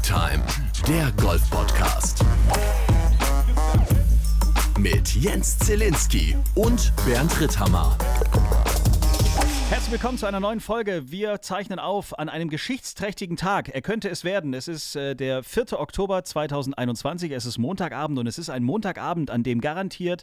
Time, der Golf-Podcast. Mit Jens Zielinski und Bernd Ritthammer. Herzlich willkommen zu einer neuen Folge. Wir zeichnen auf an einem geschichtsträchtigen Tag. Er könnte es werden. Es ist der 4. Oktober 2021. Es ist Montagabend und es ist ein Montagabend, an dem garantiert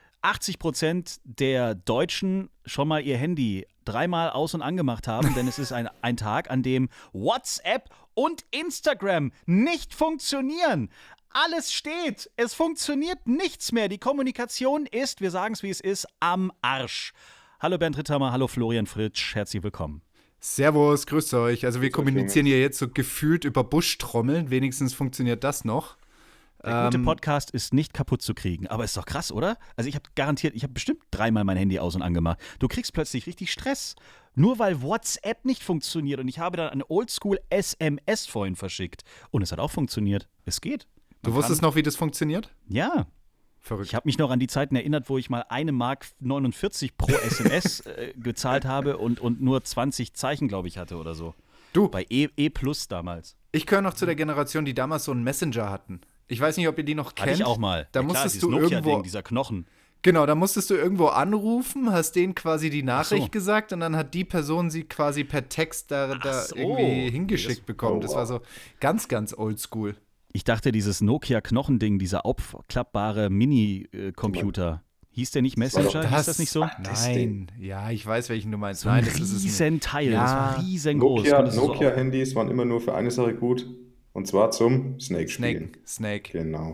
80% der Deutschen schon mal ihr Handy dreimal aus- und angemacht haben, denn es ist ein Tag, an dem WhatsApp und Instagram nicht funktionieren. Alles steht. Es funktioniert nichts mehr. Die Kommunikation ist, wir sagen es wie es ist, am Arsch. Hallo Bernd Ritthammer, hallo Florian Fritsch, herzlich willkommen. Servus, grüßt euch. Also wir kommunizieren hier jetzt so gefühlt über Buschtrommeln. Wenigstens funktioniert das noch. Der gute Podcast ist nicht kaputt zu kriegen, aber ist doch krass, oder? Also ich habe bestimmt dreimal mein Handy aus- und angemacht. Du kriegst plötzlich richtig Stress, nur weil WhatsApp nicht funktioniert. Und ich habe dann eine Oldschool-SMS vorhin verschickt. Und es hat auch funktioniert. Es geht. Du wusstest noch, wie das funktioniert? Ja. Verrückt. Ich habe mich noch an die Zeiten erinnert, wo ich mal 1,49 Mark pro SMS gezahlt habe und nur 20 Zeichen, glaube ich, hatte oder so. Du. Bei E Plus damals. Ich gehöre noch zu der Generation, die damals so einen Messenger hatten. Ich weiß nicht, ob ihr die noch kennt. Hatte ich auch mal. Da ja, klar, musstest dieses du Nokia-Ding, irgendwo, dieser Knochen. genau, da musstest du irgendwo anrufen, hast denen quasi die Nachricht so. gesagt und dann hat die Person sie quasi per Text da so. irgendwie hingeschickt bekommen. Das wow. war so ganz, ganz oldschool. Ich dachte, dieses Nokia-Knochending, dieser aufklappbare Mini-Computer, hieß der nicht Messenger? Hieß das nicht so? Nein, ja, ich weiß, welchen du meinst. So ein Nein, das ist es nicht. Riesenteil, Ja. das war riesengroß. Konntest du so Nokia-Handys waren immer nur für eine Sache gut. Und zwar zum Snake-Spielen. Snake. Genau.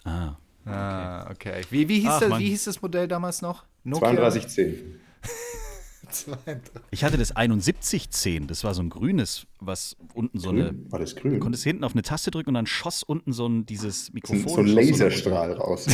Ah, okay. Wie hieß das Modell damals noch? Nokia? 3210. 32. Ich hatte das 7110, das war so ein grünes, was unten so eine. War das grün? Du konntest hinten auf eine Taste drücken und dann schoss unten dieses Mikrofon. So ein Laserstrahl raus.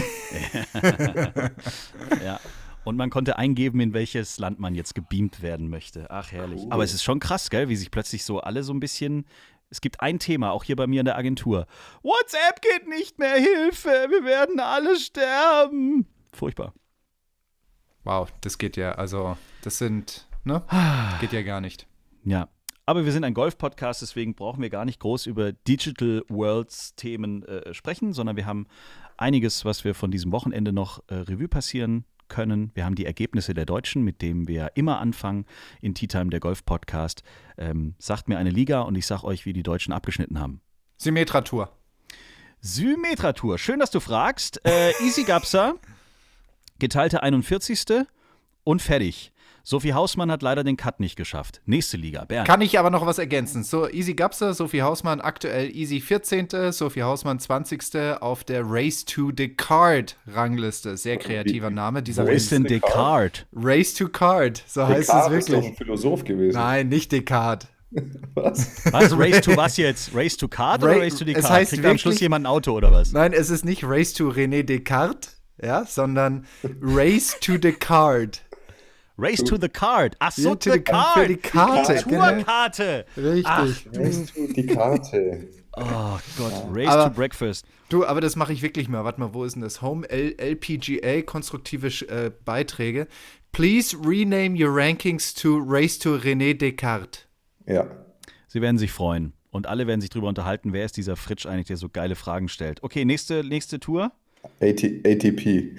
Ja. Und man konnte eingeben, in welches Land man jetzt gebeamt werden möchte. Ach, herrlich. Cool. Aber es ist schon krass, gell, wie sich plötzlich so alle so ein bisschen. Es gibt ein Thema, auch hier bei mir in der Agentur. WhatsApp geht nicht mehr, Hilfe, wir werden alle sterben. Furchtbar. Wow, das geht ja, also, das sind, ne? Geht ja gar nicht. Ja. Aber wir sind ein Golf-Podcast, deswegen brauchen wir gar nicht groß über Digital Worlds-Themen sprechen, sondern wir haben einiges, was wir von diesem Wochenende noch Revue passieren können. Wir haben die Ergebnisse der Deutschen, mit denen wir immer anfangen in Tea Time, der Golf-Podcast. Sagt mir eine Liga und ich sag euch, wie die Deutschen abgeschnitten haben. Symmetra-Tour. Symmetra-Tour, schön, dass du fragst. Easy Gapsa, geteilte 41. und fertig. Sophie Hausmann hat leider den Cut nicht geschafft. Nächste Liga, Bernd. Kann ich aber noch was ergänzen. So, Easy Gapsa, Sophie Hausmann aktuell Easy 14., Sophie Hausmann 20. auf der Race to Descartes Rangliste. Sehr kreativer Name. Dieser Wo ist denn Descartes? Race to Card, so heißt es Descartes ist doch wirklich. ein Philosoph gewesen. Nein, nicht Descartes. Was? Was, Race to was jetzt? Race to Card oder Race to Descartes? heißt Kriegt am Schluss wirklich- jemand ein Auto oder was? Nein, es ist nicht Race to René Descartes, ja, sondern Race to Descartes. Race to the Card. Ach so, Ja, to the the- Card. für die Karte, Die genau. Tourkarte. Richtig. Weißt du, die Karte. Oh Gott, Race Aber- to Breakfast. Du, aber das mache ich wirklich mal. Warte mal, wo ist denn das? Home LPGA, konstruktive Beiträge. Please rename your rankings to Race to René Descartes. Ja. Sie werden sich freuen. Und alle werden sich drüber unterhalten, wer ist dieser Fritsch eigentlich, der so geile Fragen stellt. Okay, nächste Tour. ATP.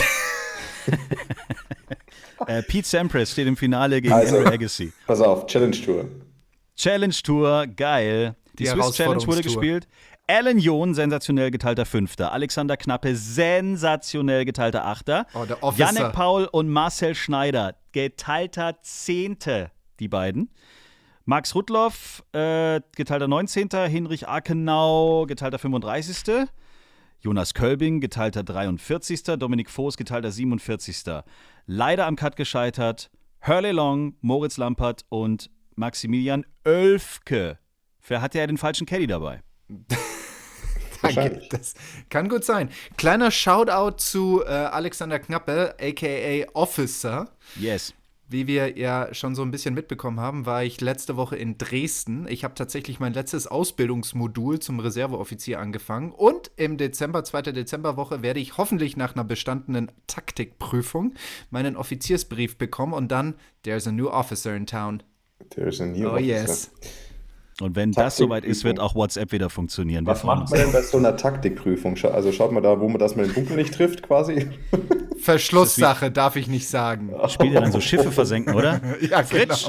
Pete Sampras steht im Finale gegen Also. Andrew Agassi. Pass auf, Challenge Tour. Challenge Tour, geil. Die Die Swiss Challenge wurde Herausforderungstour. gespielt. Alan John, sensationell geteilter Fünfter. Alexander Knappe, sensationell geteilter Achter. Oh, der Officer. Yannick Paul und Marcel Schneider, geteilter Zehnte, die beiden. Max Rudloff, geteilter 19. Hinrich Arkenau, geteilter 35. Jonas Kölbing, geteilter 43. Dominik Voß, geteilter 47. Leider am Cut gescheitert. Hurley Long, Moritz Lampert und Maximilian Oelfke. Wer hatte ja den falschen Caddy dabei? Wahrscheinlich. Das kann gut sein. Kleiner Shoutout zu Alexander Knappe, a.k.a. Officer. Yes. Wie wir ja schon so ein bisschen mitbekommen haben, war ich letzte Woche in Dresden. Ich habe tatsächlich mein letztes Ausbildungsmodul zum Reserveoffizier angefangen. Und im Dezember, 2. Dezemberwoche, werde ich hoffentlich nach einer bestandenen Taktikprüfung meinen Offiziersbrief bekommen. Und dann, there's a new officer in town. There's a new Oh officer. yes. Und wenn das soweit ist, wird auch WhatsApp wieder funktionieren. Was macht man denn bei so einer Taktikprüfung? Also schaut man da, wo man das mit dem Bunker nicht trifft, quasi? Verschlusssache, darf ich nicht sagen. Spielt ihr dann so Schiffe versenken, oder? Ja, Fritsch,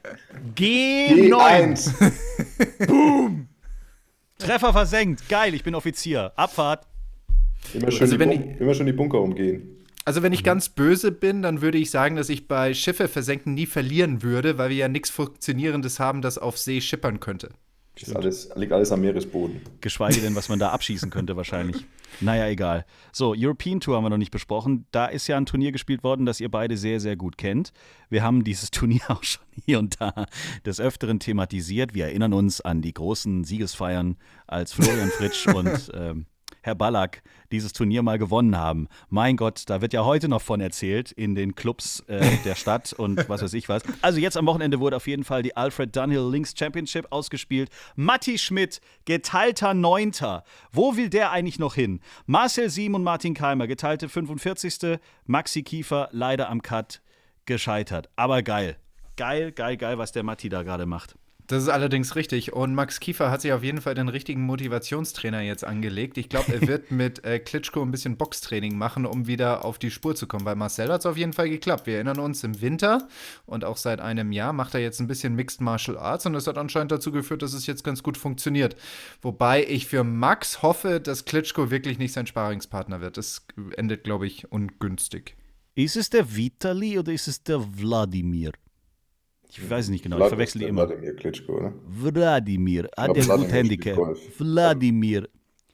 genau. G9. Boom. Treffer versenkt. Geil, ich bin Offizier. Abfahrt. Immer schön die Bunker umgehen. Also wenn ich ganz böse bin, dann würde ich sagen, dass ich bei Schiffe versenken nie verlieren würde, weil wir ja nichts Funktionierendes haben, das auf See schippern könnte. Liegt alles am Meeresboden. Geschweige denn, was man da abschießen könnte wahrscheinlich. Naja, egal. So, European Tour haben wir noch nicht besprochen. Da ist ja ein Turnier gespielt worden, das ihr beide sehr, sehr gut kennt. Wir haben dieses Turnier auch schon hier und da des Öfteren thematisiert. Wir erinnern uns an die großen Siegesfeiern, als Florian Fritsch und Herr Ballack dieses Turnier mal gewonnen haben. Mein Gott, da wird ja heute noch von erzählt in den Clubs der Stadt und was weiß ich was. Also jetzt am Wochenende wurde auf jeden Fall die Alfred Dunhill Links Championship ausgespielt. Matti Schmidt, geteilter Neunter. Wo will der eigentlich noch hin? Marcel Siem und Martin Keimer, geteilte 45. Maxi Kiefer leider am Cut gescheitert. Aber geil. Geil, was der Matti da gerade macht. Das ist allerdings richtig. Und Max Kiefer hat sich auf jeden Fall den richtigen Motivationstrainer jetzt angelegt. Ich glaube, er wird mit Klitschko ein bisschen Boxtraining machen, um wieder auf die Spur zu kommen. Bei Marcel hat es auf jeden Fall geklappt. Wir erinnern uns, im Winter und auch seit einem Jahr macht er jetzt ein bisschen Mixed Martial Arts. Und das hat anscheinend dazu geführt, dass es jetzt ganz gut funktioniert. Wobei ich für Max hoffe, dass Klitschko wirklich nicht sein Sparingspartner wird. Das endet, glaube ich, ungünstig. Ist es der Vitali oder ist es der Wladimir? Ich weiß es nicht genau, ich verwechsel die immer. Wladimir Klitschko, oder? Wladimir, hat der gut Handicap. Wladimir.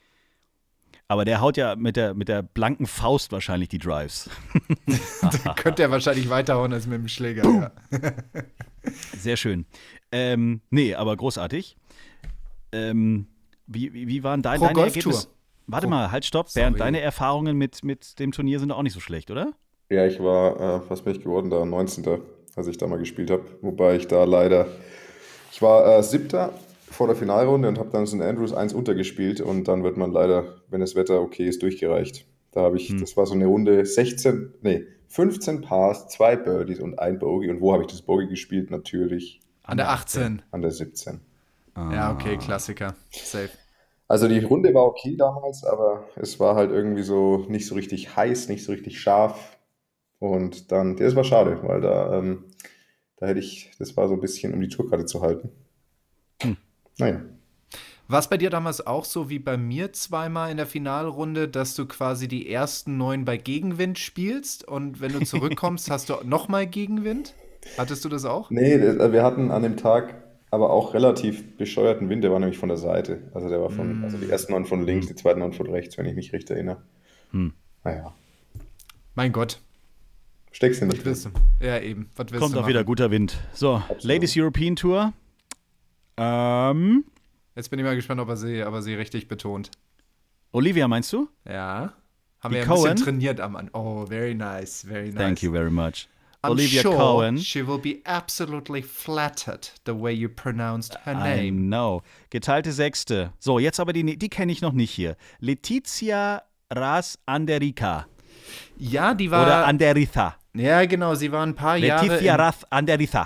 Aber der haut ja mit der blanken Faust wahrscheinlich die Drives. Da könnte er wahrscheinlich weiterhauen als mit dem Schläger. Ja. Sehr schön. Nee, aber großartig. Wie waren deine Ergebnisse? Warte mal, halt, stopp. Bernd, deine Erfahrungen mit dem Turnier sind doch auch nicht so schlecht, oder? Ja, ich war, was bin ich geworden, da 19., als ich da mal gespielt habe. Wobei ich war 7. vor der Finalrunde und habe dann St. Andrews 1 untergespielt und dann wird man leider, wenn das Wetter okay ist, durchgereicht. Das war so eine Runde 15 Pars, 2 Birdies und 1 Bogey. Und wo habe ich das Bogey gespielt? Natürlich an der 18. An der 17. Ja, okay, Klassiker. Safe. Also die Runde war okay damals, aber es war halt irgendwie so nicht so richtig heiß, nicht so richtig scharf. Und dann, das war schade, weil das war so ein bisschen, um die Tourkarte zu halten. Naja. War es bei dir damals auch so wie bei mir zweimal in der Finalrunde, dass du quasi die ersten 9 bei Gegenwind spielst und wenn du zurückkommst, hast du nochmal Gegenwind? Hattest du das auch? Nee, wir hatten an dem Tag aber auch relativ bescheuerten Wind, der war nämlich von der Seite. Also der war also die ersten 9 von links, die zweiten 9 von rechts, wenn ich mich recht erinnere. Naja. Mein Gott. Steckst du nicht. Ja, eben. Was willst Kommt du auch machen? wieder guter Wind. So, Absolut. Ladies European Tour. Jetzt bin ich mal gespannt, ob er sie richtig betont. Olivia, meinst du? Ja. Haben Die wir ja ein Cohen? bisschen trainiert am Anfang. Oh, very nice, very nice. Thank you very much. I'm Olivia sure Cohen. she will be absolutely flattered the way you pronounced her I name. know. Geteilte 6. So, jetzt aber die kenne ich noch nicht hier. Letizia Ras Anderica. Ja, die war... Oder Anderiza. Ja, genau, sie war ein paar Jahre... Letizia Ras Anderiza.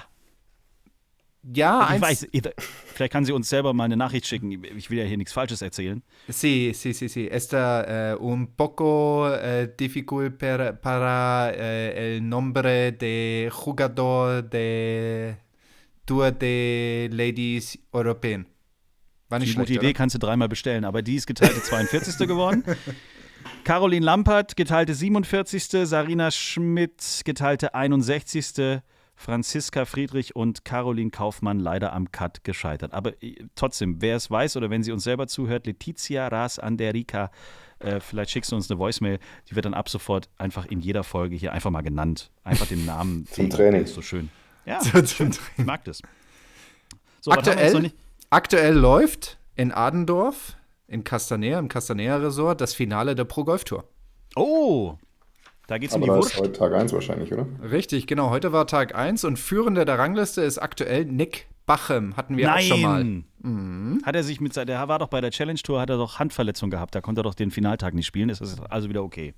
Ja, Ich weiß, vielleicht kann sie uns selber mal eine Nachricht schicken. Ich will ja hier nichts Falsches erzählen. Sí. Está un poco difícil para el nombre de jugador de Tour de Ladies European. War nicht Die schlecht, gute Idee oder? kannst du 3-mal bestellen, aber die ist geteilte 42. geworden. Caroline Lampert, geteilte 47. Sarina Schmidt, geteilte 61. Franziska Friedrich und Caroline Kaufmann leider am Cut gescheitert. Aber trotzdem, wer es weiß oder wenn sie uns selber zuhört, Letizia Ras Anderica, vielleicht schickst du uns eine Voicemail, die wird dann ab sofort einfach in jeder Folge hier einfach mal genannt. Einfach den Namen. Zum Training. Das ist so schön. Ja, Zum ich mag das. So, was haben wir jetzt noch nicht? Aktuell läuft in Adendorf, im Castanea Resort, das Finale der Pro Golf Tour. Oh, da geht's um Aber die da Wurst. ist heute Tag 1 wahrscheinlich, oder? Richtig, genau. Heute war Tag 1 und Führender der Rangliste ist aktuell Nick Bachem. Hatten wir auch schon mal. Hat er sich der war doch bei der Challenge Tour, hat er doch Handverletzung gehabt. Da konnte er doch den Finaltag nicht spielen. Ist das also wieder okay?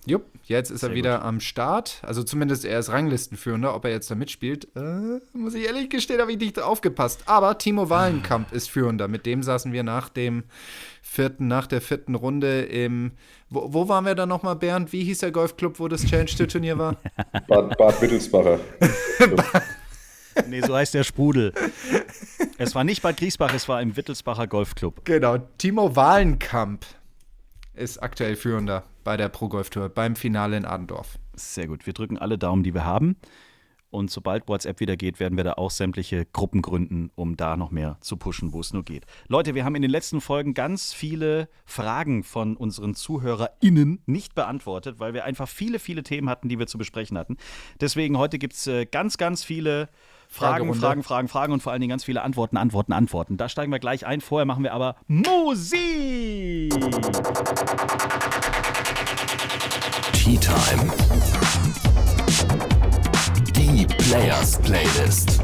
Jupp, jetzt ist er Sehr wieder gut. am Start. Also zumindest er ist Ranglistenführender. Ob er jetzt da mitspielt, muss ich ehrlich gestehen, habe ich nicht aufgepasst. Aber Timo Wallenkamp ist Führender. Mit dem saßen wir nach der vierten Runde im. Wo waren wir da nochmal, Bernd? Wie hieß der Golfclub, wo das Challenge-Turnier war? Bad Wittelsbacher. Nee, so heißt der Sprudel. Es war nicht Bad Griesbach, es war im Wittelsbacher Golfclub. Genau, Timo Wallenkamp ist aktuell Führender bei der Pro Golf Tour beim Finale in Adendorf. Sehr gut. Wir drücken alle Daumen, die wir haben. Und sobald WhatsApp wieder geht, werden wir da auch sämtliche Gruppen gründen, um da noch mehr zu pushen, wo es nur geht. Leute, wir haben in den letzten Folgen ganz viele Fragen von unseren ZuhörerInnen nicht beantwortet, weil wir einfach viele, viele Themen hatten, die wir zu besprechen hatten. Deswegen heute gibt es ganz, ganz viele Fragen und vor allen Dingen ganz viele Antworten. Da steigen wir gleich ein. Vorher machen wir aber Musik! Tea Time. Die Players Playlist.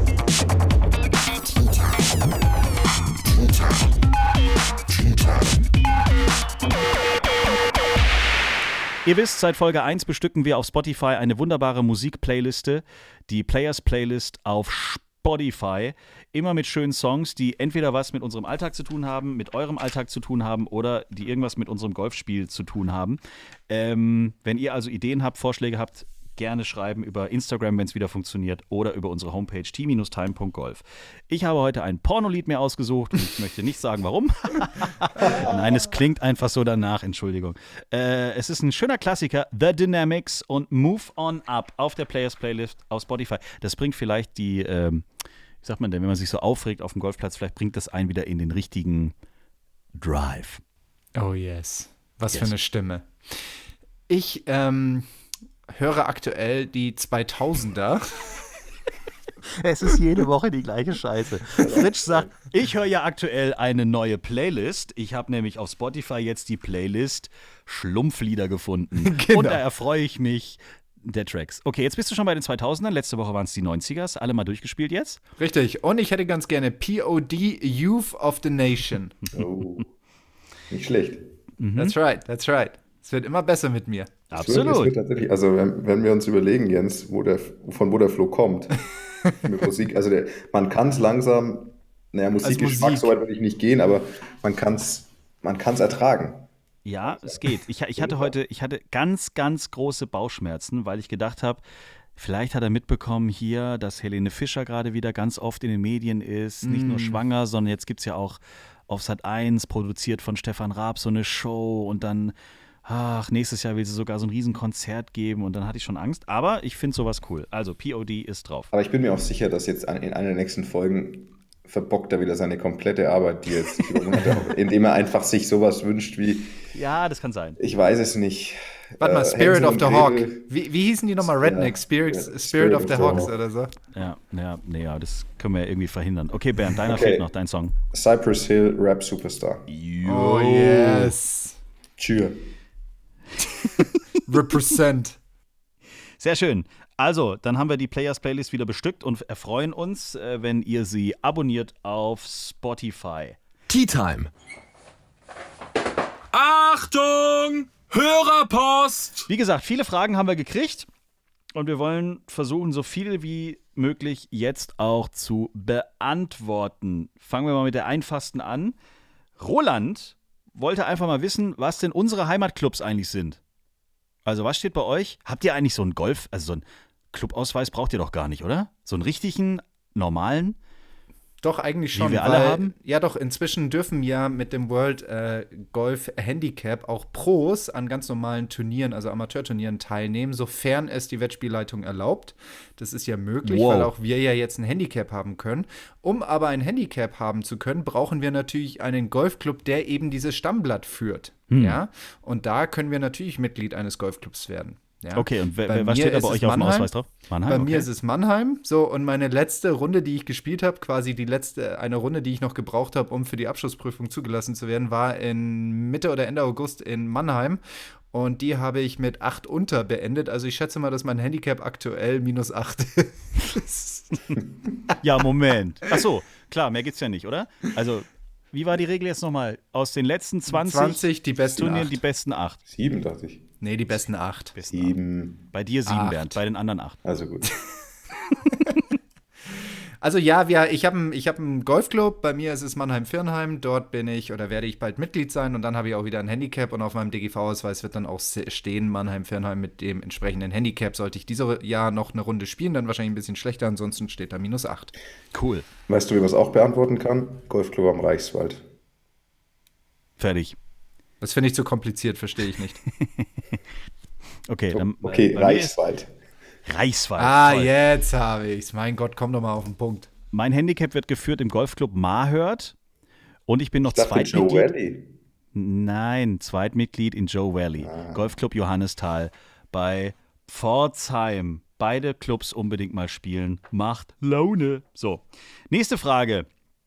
Ihr wisst, seit Folge 1 bestücken wir auf Spotify eine wunderbare Musikplayliste, die Players Playlist auf Spotify. Immer mit schönen Songs, die entweder was mit unserem Alltag zu tun haben, mit eurem Alltag zu tun haben oder die irgendwas mit unserem Golfspiel zu tun haben. Wenn ihr also Ideen habt, Vorschläge habt, gerne schreiben über Instagram, wenn es wieder funktioniert, oder über unsere Homepage t-time.golf. Ich habe heute ein Pornolied mir ausgesucht und ich möchte nicht sagen, warum. Nein, es klingt einfach so danach, Entschuldigung. Es ist ein schöner Klassiker, The Dynamics und Move On Up auf der Players Playlist auf Spotify. Das bringt vielleicht die, wie sagt man denn, wenn man sich so aufregt auf dem Golfplatz, vielleicht bringt das einen wieder in den richtigen Drive. Oh yes. Was Yes. für eine Stimme. Ich höre aktuell die 2000er. Es ist jede Woche die gleiche Scheiße. Fritsch sagt, ich höre ja aktuell eine neue Playlist. Ich habe nämlich auf Spotify jetzt die Playlist Schlumpflieder gefunden. Genau. Und da erfreue ich mich der Tracks. Okay, jetzt bist du schon bei den 2000ern. Letzte Woche waren es die 90ers. Alle mal durchgespielt jetzt? Richtig. Und ich hätte ganz gerne POD Youth of the Nation. Oh, nicht schlecht. That's right. Es wird immer besser mit mir. Es wird tatsächlich, also wenn wir uns überlegen, Jens, von wo der Flow kommt, mit Musik, also man kann es langsam, Musikgeschmack, Musik. so weit würde ich nicht gehen, aber man kann es ertragen. Ja, es geht. Ich hatte ganz, ganz große Bauchschmerzen, weil ich gedacht habe, vielleicht hat er mitbekommen hier, dass Helene Fischer gerade wieder ganz oft in den Medien ist. Nicht nur schwanger, sondern jetzt gibt es ja auch auf Sat.1, produziert von Stefan Raab, so eine Show und dann, nächstes Jahr will sie sogar so ein Riesenkonzert geben und dann hatte ich schon Angst. Aber ich finde sowas cool. Also POD ist drauf. Aber ich bin mir auch sicher, dass jetzt in einer der nächsten Folgen verbockt er wieder seine komplette Arbeit, die jetzt sich übernommen hat, indem er einfach sich sowas wünscht wie, Ja, das kann sein. ich weiß es nicht. Warte mal, Spirit Hänsel of und the Hawk. Gretel. Wie hießen die nochmal? Redneck? Spirit of the Hawks oder so? Ja, das können wir irgendwie verhindern. Okay, Bernd, deiner Okay. fehlt noch, dein Song. Cypress Hill Rap Superstar. Oh yes. Tschür. Represent. Sehr schön. Also, dann haben wir die Players Playlist wieder bestückt und erfreuen uns, wenn ihr sie abonniert auf Spotify. Tea Time. Achtung! Hörerpost! Wie gesagt, viele Fragen haben wir gekriegt und wir wollen versuchen, so viele wie möglich jetzt auch zu beantworten. Fangen wir mal mit der einfachsten an. Roland wollte einfach mal wissen, was denn unsere Heimatclubs eigentlich sind. Also, was steht bei euch? Habt ihr eigentlich so einen so einen Clubausweis braucht ihr doch gar nicht, oder? So einen richtigen, normalen? Doch, eigentlich schon. Wie wir alle haben? Ja, doch, inzwischen dürfen ja mit dem World Golf Handicap auch Pros an ganz normalen Turnieren, also Amateurturnieren, teilnehmen, sofern es die Wettspielleitung erlaubt. Das ist ja möglich, Wow. weil auch wir ja jetzt ein Handicap haben können. Um aber ein Handicap haben zu können, brauchen wir natürlich einen Golfclub, der eben dieses Stammblatt führt. Ja? Und da können wir natürlich Mitglied eines Golfclubs werden. Ja? Okay, und Bei was mir steht da ist bei es euch auf dem Mannheim. Ausweis drauf? Mannheim, Bei okay. mir ist es Mannheim. So, und meine letzte Runde, die ich gespielt habe, quasi eine Runde, die ich noch gebraucht habe, um für die Abschlussprüfung zugelassen zu werden, war in Mitte oder Ende August in Mannheim. Und die habe ich mit 8 unter beendet. Also ich schätze mal, dass mein Handicap aktuell -8 ist. Ja, Moment. Ach so, klar, mehr gibt's ja nicht, oder? Also, wie war die Regel jetzt nochmal? Aus den letzten 20 die besten Turnieren 8. die besten 8. 7, dachte ich. Nee, die besten 8. 7. Bei dir 7, 8. Bernd, bei den anderen 8. Also gut. Also ja, ich hab einen Golfclub, bei mir ist es Mannheim-Firnheim, dort bin ich oder werde ich bald Mitglied sein und dann habe ich auch wieder ein Handicap und auf meinem DGV-Ausweis wird dann auch stehen, Mannheim-Firnheim mit dem entsprechenden Handicap. Sollte ich dieses Jahr noch eine Runde spielen, dann wahrscheinlich ein bisschen schlechter, ansonsten steht da -8. Cool. Weißt du, wie man es auch beantworten kann? Golfclub am Reichswald. Fertig. Das finde ich zu kompliziert, verstehe ich nicht. Okay, dann, Okay, bei mir ist Reichswald. Reichswald. Toll. Jetzt habe ich's. Mein Gott, komm doch mal auf den Punkt. Mein Handicap wird geführt im Golfclub Mahört und ich bin noch Ich dachte Joe Zweitmitglied. Valley. Nein, Zweitmitglied in Joe Valley. Golfclub Johannisthal bei Pforzheim. Beide Clubs unbedingt mal spielen. Macht Laune. So, nächste Frage.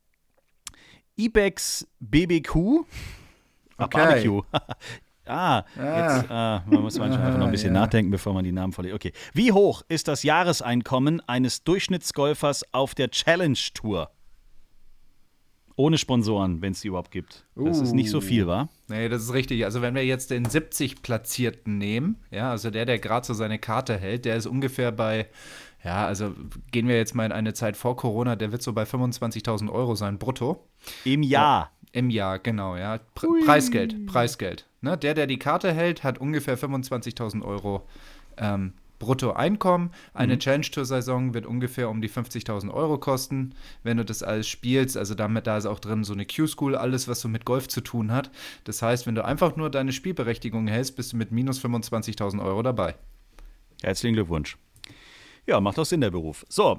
Ibex BBQ. Okay. Barbecue. Jetzt, man muss manchmal einfach noch ein bisschen nachdenken, bevor man die Namen verliert. Okay. Wie hoch ist das Jahreseinkommen eines Durchschnittsgolfers auf der Challenge Tour? Ohne Sponsoren, wenn es die überhaupt gibt. Das ist nicht so viel, wa? Nee, das ist richtig. Also wenn wir jetzt den 70 Platzierten nehmen, ja, also der gerade so seine Karte hält, der ist ungefähr bei, ja, also gehen wir jetzt mal in eine Zeit vor Corona, der wird so bei 25.000 Euro sein, brutto. Im Jahr. Im Jahr, genau, ja. Preisgeld. Ne? Der die Karte hält, hat ungefähr 25.000 Euro Bruttoeinkommen. Eine Challenge-Tour-Saison wird ungefähr um die 50.000 Euro kosten, wenn du das alles spielst. Also da ist auch drin so eine Q-School, alles, was so mit Golf zu tun hat. Das heißt, wenn du einfach nur deine Spielberechtigung hältst, bist du mit minus 25.000 Euro dabei. Herzlichen Glückwunsch. Ja, macht doch Sinn, der Beruf. So,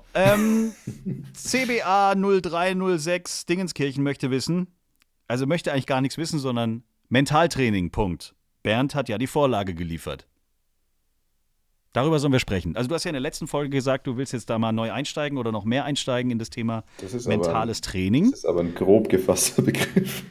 CBA 0306 Dingenskirchen möchte wissen, also möchte eigentlich gar nichts wissen, sondern Mentaltraining, Punkt. Bernd hat ja die Vorlage geliefert. Darüber sollen wir sprechen. Also du hast ja in der letzten Folge gesagt, du willst jetzt da mal neu einsteigen oder noch mehr einsteigen in das Thema mentales Training. Das ist aber ein grob gefasster Begriff.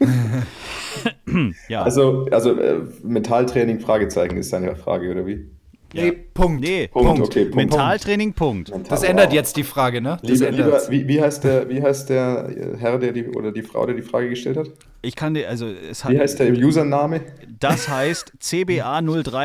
Ja. Also Mentaltraining, Fragezeichen ist deine Frage, oder wie? Ja. Nee, Punkt. Punkt, okay. Punkt. Mentaltraining, Punkt. Das ändert jetzt die Frage, ne? Das ändert. Wie heißt der Herr, oder die Frau, der die Frage gestellt hat? Ich kann dir, also es hat. Wie heißt der Username? Das heißt CBA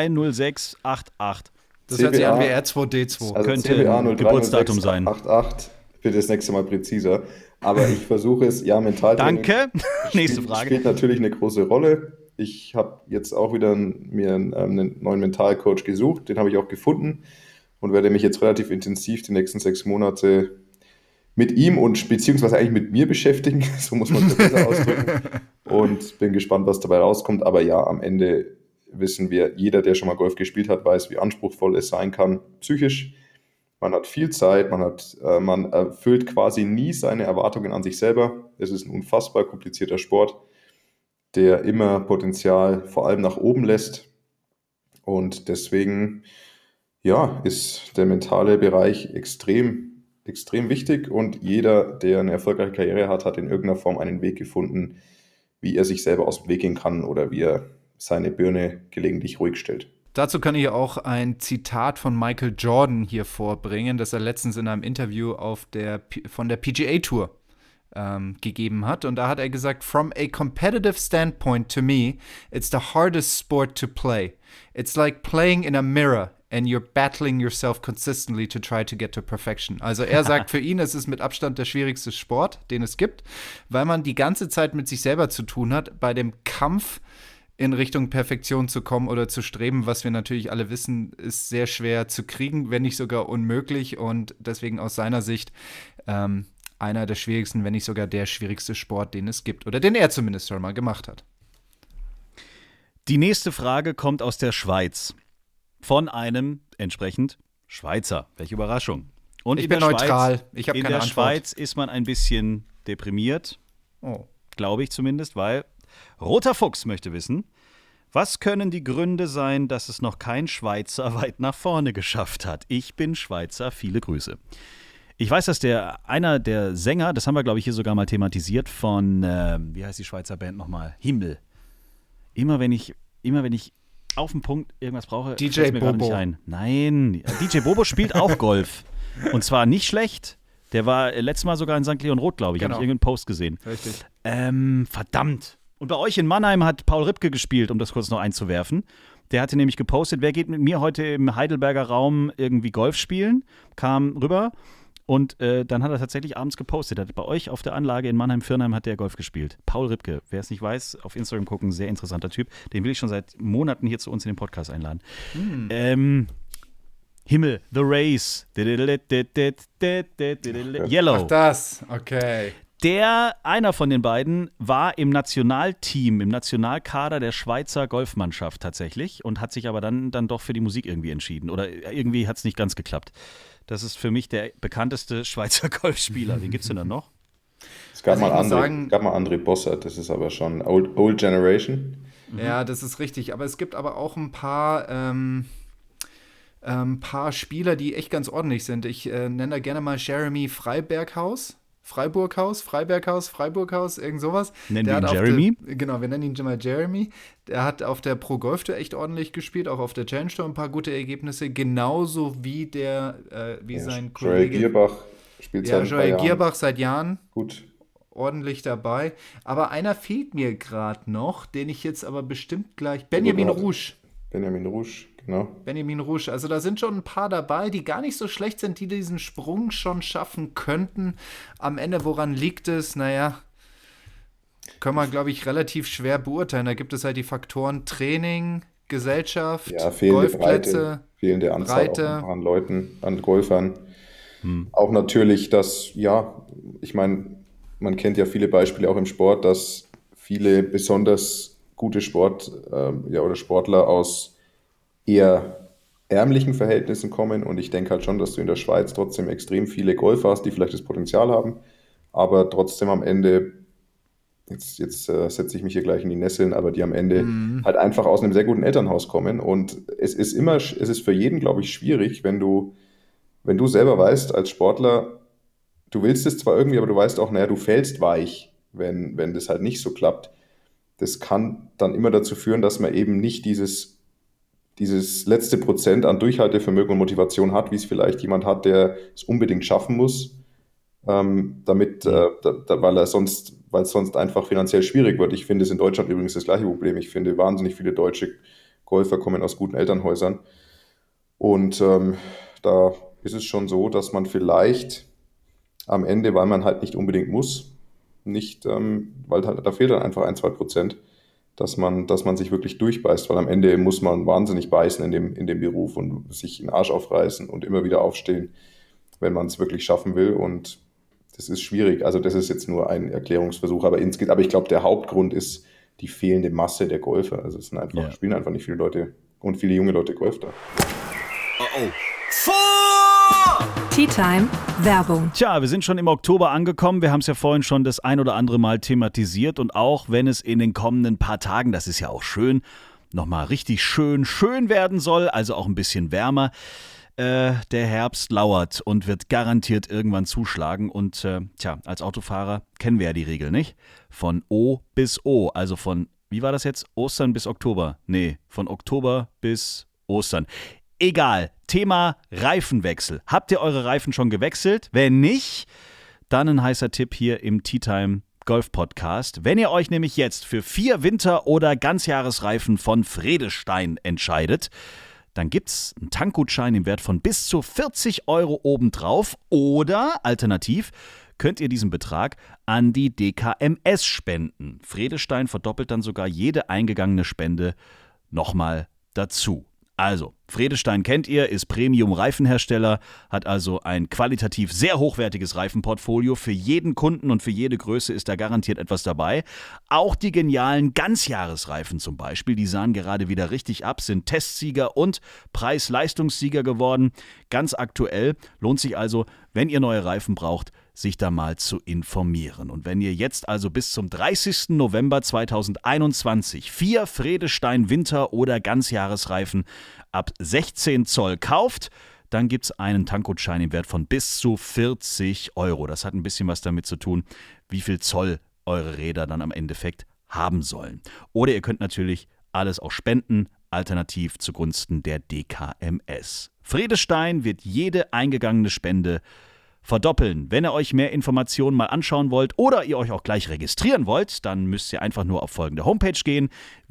030688. Das hört sich an wie R2D2. Also Könnte CBA ein Geburtsdatum sein. 88, bitte das nächste Mal präziser. Aber ich versuche es, ja, Mentaltraining. Danke. Nächste Frage. Spielt natürlich eine große Rolle. Ich habe jetzt auch wieder mir einen neuen Mentalcoach gesucht. Den habe ich auch gefunden und werde mich jetzt relativ intensiv die nächsten 6 Monate mit ihm und beziehungsweise eigentlich mit mir beschäftigen. So muss man es besser ausdrücken. Und bin gespannt, was dabei rauskommt. Aber ja, am Ende wissen wir, jeder, der schon mal Golf gespielt hat, weiß, wie anspruchsvoll es sein kann, psychisch. Man hat viel Zeit, man erfüllt quasi nie seine Erwartungen an sich selber. Es ist ein unfassbar komplizierter Sport, der immer Potenzial vor allem nach oben lässt. Und deswegen, ja, ist der mentale Bereich extrem, extrem wichtig. Und jeder, der eine erfolgreiche Karriere hat, hat in irgendeiner Form einen Weg gefunden, wie er sich selber aus dem Weg gehen kann oder wie er seine Birne gelegentlich ruhig stellt. Dazu kann ich auch ein Zitat von Michael Jordan hier vorbringen, das er letztens in einem Interview von der PGA Tour gegeben hat. Und da hat er gesagt, "From a competitive standpoint to me, it's the hardest sport to play. It's like playing in a mirror and you're battling yourself consistently to try to get to perfection." Also er sagt, für ihn ist es mit Abstand der schwierigste Sport, den es gibt, weil man die ganze Zeit mit sich selber zu tun hat, bei dem Kampf in Richtung Perfektion zu kommen oder zu streben, was wir natürlich alle wissen, ist sehr schwer zu kriegen, wenn nicht sogar unmöglich, und deswegen aus seiner Sicht einer der schwierigsten, wenn nicht sogar der schwierigste Sport, den es gibt oder den er zumindest schon mal gemacht hat. Die nächste Frage kommt aus der Schweiz. Von einem entsprechend Schweizer. Welche Überraschung. Und Ich bin neutral. Ich habe in keine der Antwort. Schweiz ist man ein bisschen deprimiert, Oh. glaube ich zumindest, weil Roter Fuchs möchte wissen, was können die Gründe sein, dass es noch kein Schweizer weit nach vorne geschafft hat? Ich bin Schweizer, viele Grüße. Ich weiß, dass einer der Sänger, das haben wir, glaube ich, hier sogar mal thematisiert, von, wie heißt die Schweizer Band nochmal? Himmel. Immer wenn ich auf den Punkt irgendwas brauche, DJ fällt's mir gerade Bobo. nicht ein. Nein, DJ Bobo spielt auch Golf. Und zwar nicht schlecht. Der war letztes Mal sogar in St. Leon Roth, glaube ich. Genau. Habe ich irgendeinen Post gesehen. Richtig. Verdammt. Und bei euch in Mannheim hat Paul Ripke gespielt, um das kurz noch einzuwerfen. Der hatte nämlich gepostet, wer geht mit mir heute im Heidelberger Raum irgendwie Golf spielen, kam rüber und dann hat er tatsächlich abends gepostet. Hat bei euch auf der Anlage in Mannheim-Virnheim hat der Golf gespielt. Paul Ripke, wer es nicht weiß, auf Instagram gucken, sehr interessanter Typ. Den will ich schon seit Monaten hier zu uns in den Podcast einladen. Himmel, The Race, Yellow. Ach das, okay. Einer von den beiden war im Nationalteam, im Nationalkader der Schweizer Golfmannschaft tatsächlich und hat sich aber dann doch für die Musik irgendwie entschieden. Oder irgendwie hat es nicht ganz geklappt. Das ist für mich der bekannteste Schweizer Golfspieler. Wen gibt's denn da noch? Es gab mal André Bossert, das ist aber schon Old Generation. Ja, das ist richtig. Aber es gibt aber auch ein paar Spieler, die echt ganz ordentlich sind. Ich nenne da gerne mal Jeremy Freiburghaus, irgend sowas. Nennen wir ihn Jeremy? Genau, wir nennen ihn mal Jeremy. Der hat auf der Pro Golf Tour echt ordentlich gespielt, auch auf der Challenge Tour ein paar gute Ergebnisse, genauso wie sein Kollege. Joel Gierbach spielt seit Joel Gierbach seit Jahren. Gut. Ordentlich dabei. Aber einer fehlt mir gerade noch, den ich jetzt aber bestimmt gleich. Benjamin Rouge, genau. Benjamin Rouge. Also da sind schon ein paar dabei, die gar nicht so schlecht sind, die diesen Sprung schon schaffen könnten. Am Ende, woran liegt es? Naja, können wir, glaube ich, relativ schwer beurteilen. Da gibt es halt die Faktoren Training, Gesellschaft, Golfplätze, fehlende Anzahl an Leuten, an Golfern. Auch natürlich, ich meine, man kennt ja viele Beispiele auch im Sport, dass viele besonders gute Sportler aus eher ärmlichen Verhältnissen kommen und ich denke halt schon, dass du in der Schweiz trotzdem extrem viele Golfer hast, die vielleicht das Potenzial haben, aber trotzdem am Ende, jetzt setze ich mich hier gleich in die Nesseln, aber die am Ende halt einfach aus einem sehr guten Elternhaus kommen und es ist für jeden, glaube ich, schwierig, wenn du selber weißt als Sportler, du willst es zwar irgendwie, aber du weißt auch, du fällst weich, wenn das halt nicht so klappt. Das kann dann immer dazu führen, dass man eben nicht dieses letzte Prozent an Durchhaltevermögen und Motivation hat, wie es vielleicht jemand hat, der es unbedingt schaffen muss, weil es sonst einfach finanziell schwierig wird. Ich finde es in Deutschland übrigens das gleiche Problem. Ich finde, wahnsinnig viele deutsche Golfer kommen aus guten Elternhäusern. Und da ist es schon so, dass man vielleicht am Ende, weil man halt nicht unbedingt muss, weil halt, da fehlt dann einfach 1-2%, dass man sich wirklich durchbeißt, weil am Ende muss man wahnsinnig beißen in dem Beruf und sich den Arsch aufreißen und immer wieder aufstehen, wenn man es wirklich schaffen will und das ist schwierig. Also das ist jetzt nur ein Erklärungsversuch, aber ich glaube, der Hauptgrund ist die fehlende Masse der Golfer. Also es spielen einfach nicht viele Leute und viele junge Leute Golf da. Tea Time Werbung. Tja, wir sind schon im Oktober angekommen. Wir haben es ja vorhin schon das ein oder andere Mal thematisiert. Und auch wenn es in den kommenden paar Tagen, das ist ja auch schön, nochmal richtig schön werden soll, also auch ein bisschen wärmer, der Herbst lauert und wird garantiert irgendwann zuschlagen. Und als Autofahrer kennen wir ja die Regel, nicht? Von O bis O, also von, wie war das jetzt? Ostern bis Oktober? Nee, von Oktober bis Ostern. Egal, Thema Reifenwechsel. Habt ihr eure Reifen schon gewechselt? Wenn nicht, dann ein heißer Tipp hier im Tea Time Golf Podcast. Wenn ihr euch nämlich jetzt für 4 Winter- oder Ganzjahresreifen von Vredestein entscheidet, dann gibt's einen Tankgutschein im Wert von bis zu 40 € obendrauf oder alternativ könnt ihr diesen Betrag an die DKMS spenden. Vredestein verdoppelt dann sogar jede eingegangene Spende nochmal dazu. Also, Vredestein kennt ihr, ist Premium-Reifenhersteller, hat also ein qualitativ sehr hochwertiges Reifenportfolio. Für jeden Kunden und für jede Größe ist da garantiert etwas dabei. Auch die genialen Ganzjahresreifen zum Beispiel, die sahen gerade wieder richtig ab, sind Testsieger und Preis-Leistungssieger geworden. Ganz aktuell lohnt sich also, wenn ihr neue Reifen braucht, sich da mal zu informieren. Und wenn ihr jetzt also bis zum 30. November 2021 4 Vredestein Winter- oder Ganzjahresreifen ab 16 Zoll kauft, dann gibt es einen Tankgutschein im Wert von bis zu 40 €. Das hat ein bisschen was damit zu tun, wie viel Zoll eure Räder dann am Endeffekt haben sollen. Oder ihr könnt natürlich alles auch spenden, alternativ zugunsten der DKMS. Vredestein wird jede eingegangene Spende verdoppeln. Wenn ihr euch mehr Informationen mal anschauen wollt oder ihr euch auch gleich registrieren wollt, dann müsst ihr einfach nur auf folgende Homepage gehen: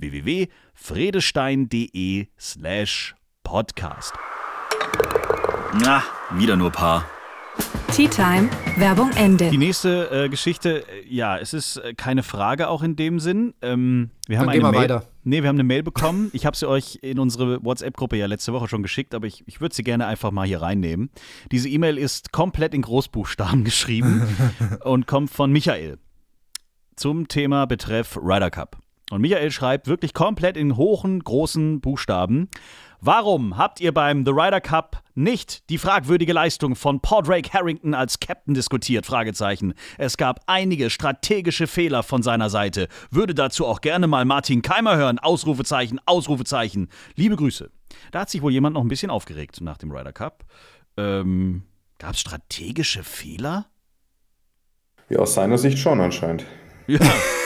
www.vredestein.de/podcast. Na, wieder nur Paar. Tea Time, Werbung Ende. Die nächste Geschichte, ja, es ist keine Frage auch in dem Sinn. Wir haben Dann gehen wir weiter. Nee, wir haben eine Mail bekommen. Ich habe sie euch in unsere WhatsApp-Gruppe ja letzte Woche schon geschickt, aber ich würde sie gerne einfach mal hier reinnehmen. Diese E-Mail ist komplett in Großbuchstaben geschrieben und kommt von Michael zum Thema betreff Ryder Cup. Und Michael schreibt wirklich komplett in hohen, großen Buchstaben: Warum habt ihr beim The Ryder Cup nicht die fragwürdige Leistung von Padraig Harrington als Captain diskutiert? Fragezeichen. Es gab einige strategische Fehler von seiner Seite. Würde dazu auch gerne mal Martin Keimer hören. Ausrufezeichen, Ausrufezeichen. Liebe Grüße. Da hat sich wohl jemand noch ein bisschen aufgeregt nach dem Ryder Cup. Gab es strategische Fehler? Ja, aus seiner Sicht schon anscheinend. Ja.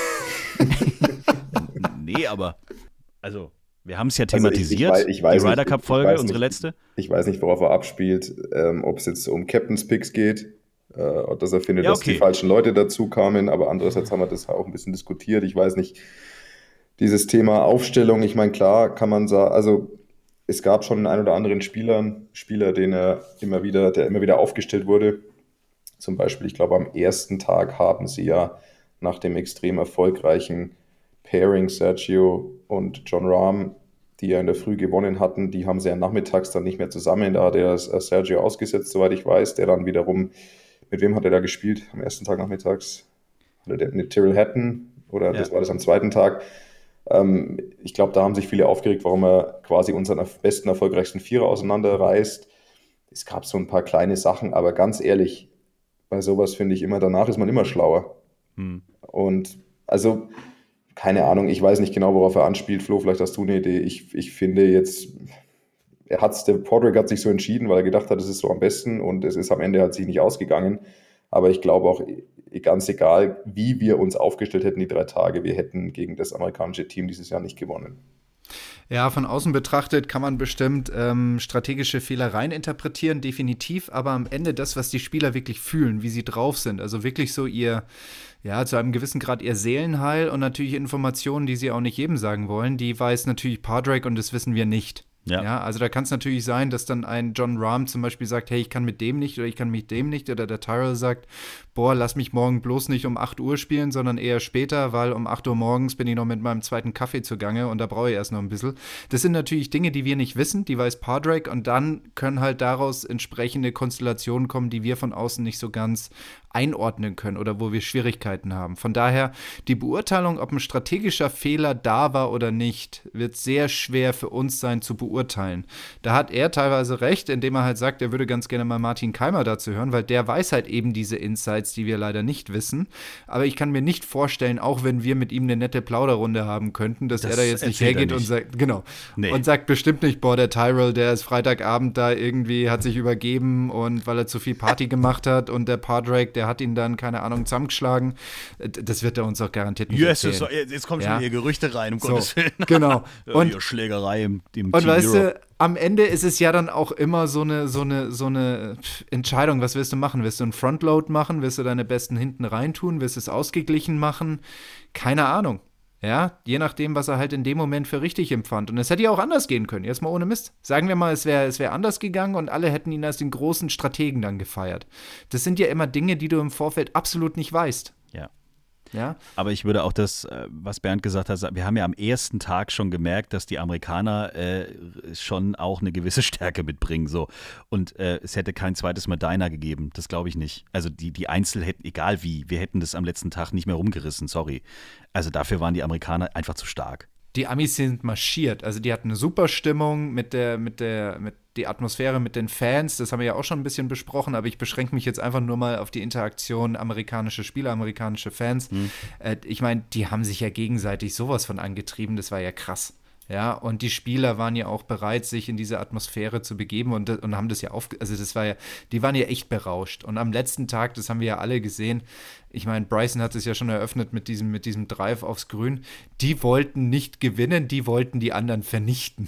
Nee, aber also wir haben es ja thematisiert, also ich weiß die Ryder nicht, Cup-Folge, unsere letzte. Ich weiß nicht, worauf er abspielt, ob es jetzt um Captain's Picks geht, dass er findet, Ja, dass die falschen Leute dazu kamen, aber andererseits haben wir das auch ein bisschen diskutiert. Ich weiß nicht, dieses Thema Aufstellung, ich meine, klar kann man sagen, also es gab schon den einen oder anderen Spieler, der immer wieder aufgestellt wurde. Zum Beispiel, ich glaube, am ersten Tag haben sie ja nach dem extrem erfolgreichen Pairing Sergio und Jon Rahm, die ja in der Früh gewonnen hatten, die haben sie ja nachmittags dann nicht mehr zusammen. Da hat er Sergio ausgesetzt, soweit ich weiß, der dann wiederum, mit wem hat er da gespielt am ersten Tag nachmittags? Hatte der mit Tyrrell Hatton oder das war das am zweiten Tag? Ich glaube, da haben sich viele aufgeregt, warum er quasi unseren besten, erfolgreichsten Vierer auseinanderreißt. Es gab so ein paar kleine Sachen, aber ganz ehrlich, bei sowas finde ich immer, danach ist man immer schlauer. Und also keine Ahnung, ich weiß nicht genau, worauf er anspielt. Flo, vielleicht hast du eine Idee. Ich finde jetzt, der Padraig hat sich so entschieden, weil er gedacht hat, es ist so am besten und es ist am Ende hat sich nicht ausgegangen. Aber ich glaube auch, ganz egal, wie wir uns aufgestellt hätten die 3 Tage, wir hätten gegen das amerikanische Team dieses Jahr nicht gewonnen. Ja, von außen betrachtet kann man bestimmt strategische Fehler rein interpretieren, definitiv, aber am Ende das, was die Spieler wirklich fühlen, wie sie drauf sind, also wirklich so zu einem gewissen Grad ihr Seelenheil und natürlich Informationen, die sie auch nicht jedem sagen wollen, die weiß natürlich Padraig und das wissen wir nicht. Ja, also da kann es natürlich sein, dass dann ein Jon Rahm zum Beispiel sagt, hey, ich kann mit dem nicht oder ich kann mit dem nicht, oder der Tyrrell sagt, boah, lass mich morgen bloß nicht um 8 Uhr spielen, sondern eher später, weil um 8 Uhr morgens bin ich noch mit meinem zweiten Kaffee zugange und da brauche ich erst noch ein bisschen. Das sind natürlich Dinge, die wir nicht wissen, die weiß Padraig und dann können halt daraus entsprechende Konstellationen kommen, die wir von außen nicht so ganz einordnen können oder wo wir Schwierigkeiten haben. Von daher, die Beurteilung, ob ein strategischer Fehler da war oder nicht, wird sehr schwer für uns sein zu beurteilen. Da hat er teilweise recht, indem er halt sagt, er würde ganz gerne mal Martin Keimer dazu hören, weil der weiß halt eben diese Insights, die wir leider nicht wissen. Aber ich kann mir nicht vorstellen, auch wenn wir mit ihm eine nette Plauderrunde haben könnten, dass er da jetzt nicht hergeht und sagt, und sagt bestimmt nicht, boah, der Tyrrell, der ist Freitagabend da irgendwie, hat sich übergeben und weil er zu viel Party gemacht hat und der Padraig, der hat ihn dann, keine Ahnung, zusammengeschlagen. Das wird er uns auch garantiert nicht erzählen. Jetzt kommen schon hier Gerüchte rein, um Gottes Willen. Genau. Und Schlägerei im Team und weißt Europe. du, am Ende ist es ja dann auch immer so eine Entscheidung. Was willst du machen? Willst du einen Frontload machen? Willst du deine Besten hinten reintun? Willst du es ausgeglichen machen? Keine Ahnung. Ja, je nachdem, was er halt in dem Moment für richtig empfand. Und es hätte ja auch anders gehen können, jetzt mal ohne Mist. Sagen wir mal, es wär anders gegangen und alle hätten ihn als den großen Strategen dann gefeiert. Das sind ja immer Dinge, die du im Vorfeld absolut nicht weißt. Ja. Aber ich würde auch das, was Bernd gesagt hat, wir haben ja am ersten Tag schon gemerkt, dass die Amerikaner schon auch eine gewisse Stärke mitbringen. So. Und es hätte kein zweites Medina gegeben, das glaube ich nicht. Also die Einzel hätten, egal wie, wir hätten das am letzten Tag nicht mehr rumgerissen, sorry. Also dafür waren die Amerikaner einfach zu stark. Die Amis sind marschiert, also die hatten eine super Stimmung mit der Atmosphäre mit den Fans, das haben wir ja auch schon ein bisschen besprochen, aber ich beschränke mich jetzt einfach nur mal auf die Interaktion amerikanische Spieler, amerikanische Fans. Ich meine, die haben sich ja gegenseitig sowas von angetrieben, das war ja krass. Ja, und die Spieler waren ja auch bereit, sich in diese Atmosphäre zu begeben und haben das ja also das war ja, die waren ja echt berauscht. Und am letzten Tag, das haben wir ja alle gesehen, ich meine, Bryson hat es ja schon eröffnet mit diesem Drive aufs Grün, die wollten nicht gewinnen, die wollten die anderen vernichten.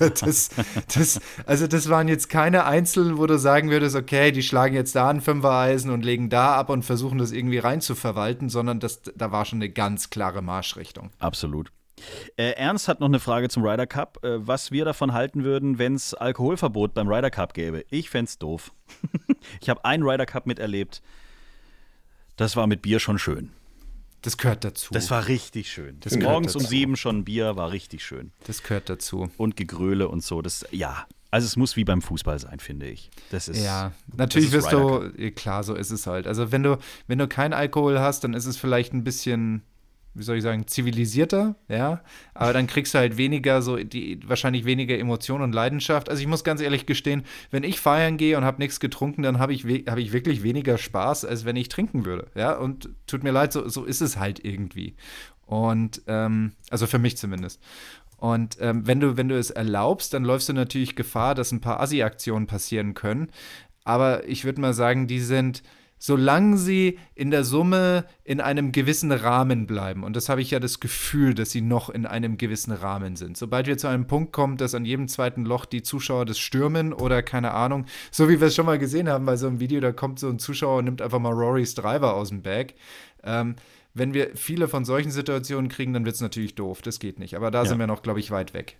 Also das waren jetzt keine Einzel, wo du sagen würdest, okay, die schlagen jetzt da ein Fünfer-Eisen und legen da ab und versuchen das irgendwie rein zu verwalten, sondern da war schon eine ganz klare Marschrichtung. Absolut. Ernst hat noch eine Frage zum Ryder Cup. Was wir davon halten würden, wenn es Alkoholverbot beim Ryder Cup gäbe. Ich fände es doof. Ich habe einen Ryder Cup miterlebt. Das war mit Bier schon schön. Das gehört dazu. Das war richtig schön. Das gehört Morgens um dazu. 7 schon Bier war richtig schön. Das gehört dazu. Und Gegröle und so. Also es muss wie beim Fußball sein, finde ich. Das ist, ja, natürlich das ist wirst du, klar, so ist es halt. Also wenn du keinen Alkohol hast, dann ist es vielleicht ein bisschen, wie soll ich sagen, zivilisierter, ja, aber dann kriegst du halt weniger wahrscheinlich weniger Emotion und Leidenschaft. Also ich muss ganz ehrlich gestehen, wenn ich feiern gehe und habe nichts getrunken, dann habe ich wirklich weniger Spaß, als wenn ich trinken würde, ja, und tut mir leid, so ist es halt irgendwie. Und, also für mich zumindest. Und wenn du es erlaubst, dann läufst du natürlich Gefahr, dass ein paar Assi-Aktionen passieren können, aber ich würde mal sagen, die sind, solange sie in der Summe in einem gewissen Rahmen bleiben. Und das habe ich ja das Gefühl, dass sie noch in einem gewissen Rahmen sind. Sobald wir zu einem Punkt kommen, dass an jedem zweiten Loch die Zuschauer das stürmen oder keine Ahnung, so wie wir es schon mal gesehen haben bei so einem Video, da kommt so ein Zuschauer und nimmt einfach mal Rorys Driver aus dem Bag. Wenn wir viele von solchen Situationen kriegen, dann wird es natürlich doof. Das geht nicht. Aber da sind wir noch, glaube ich, weit weg.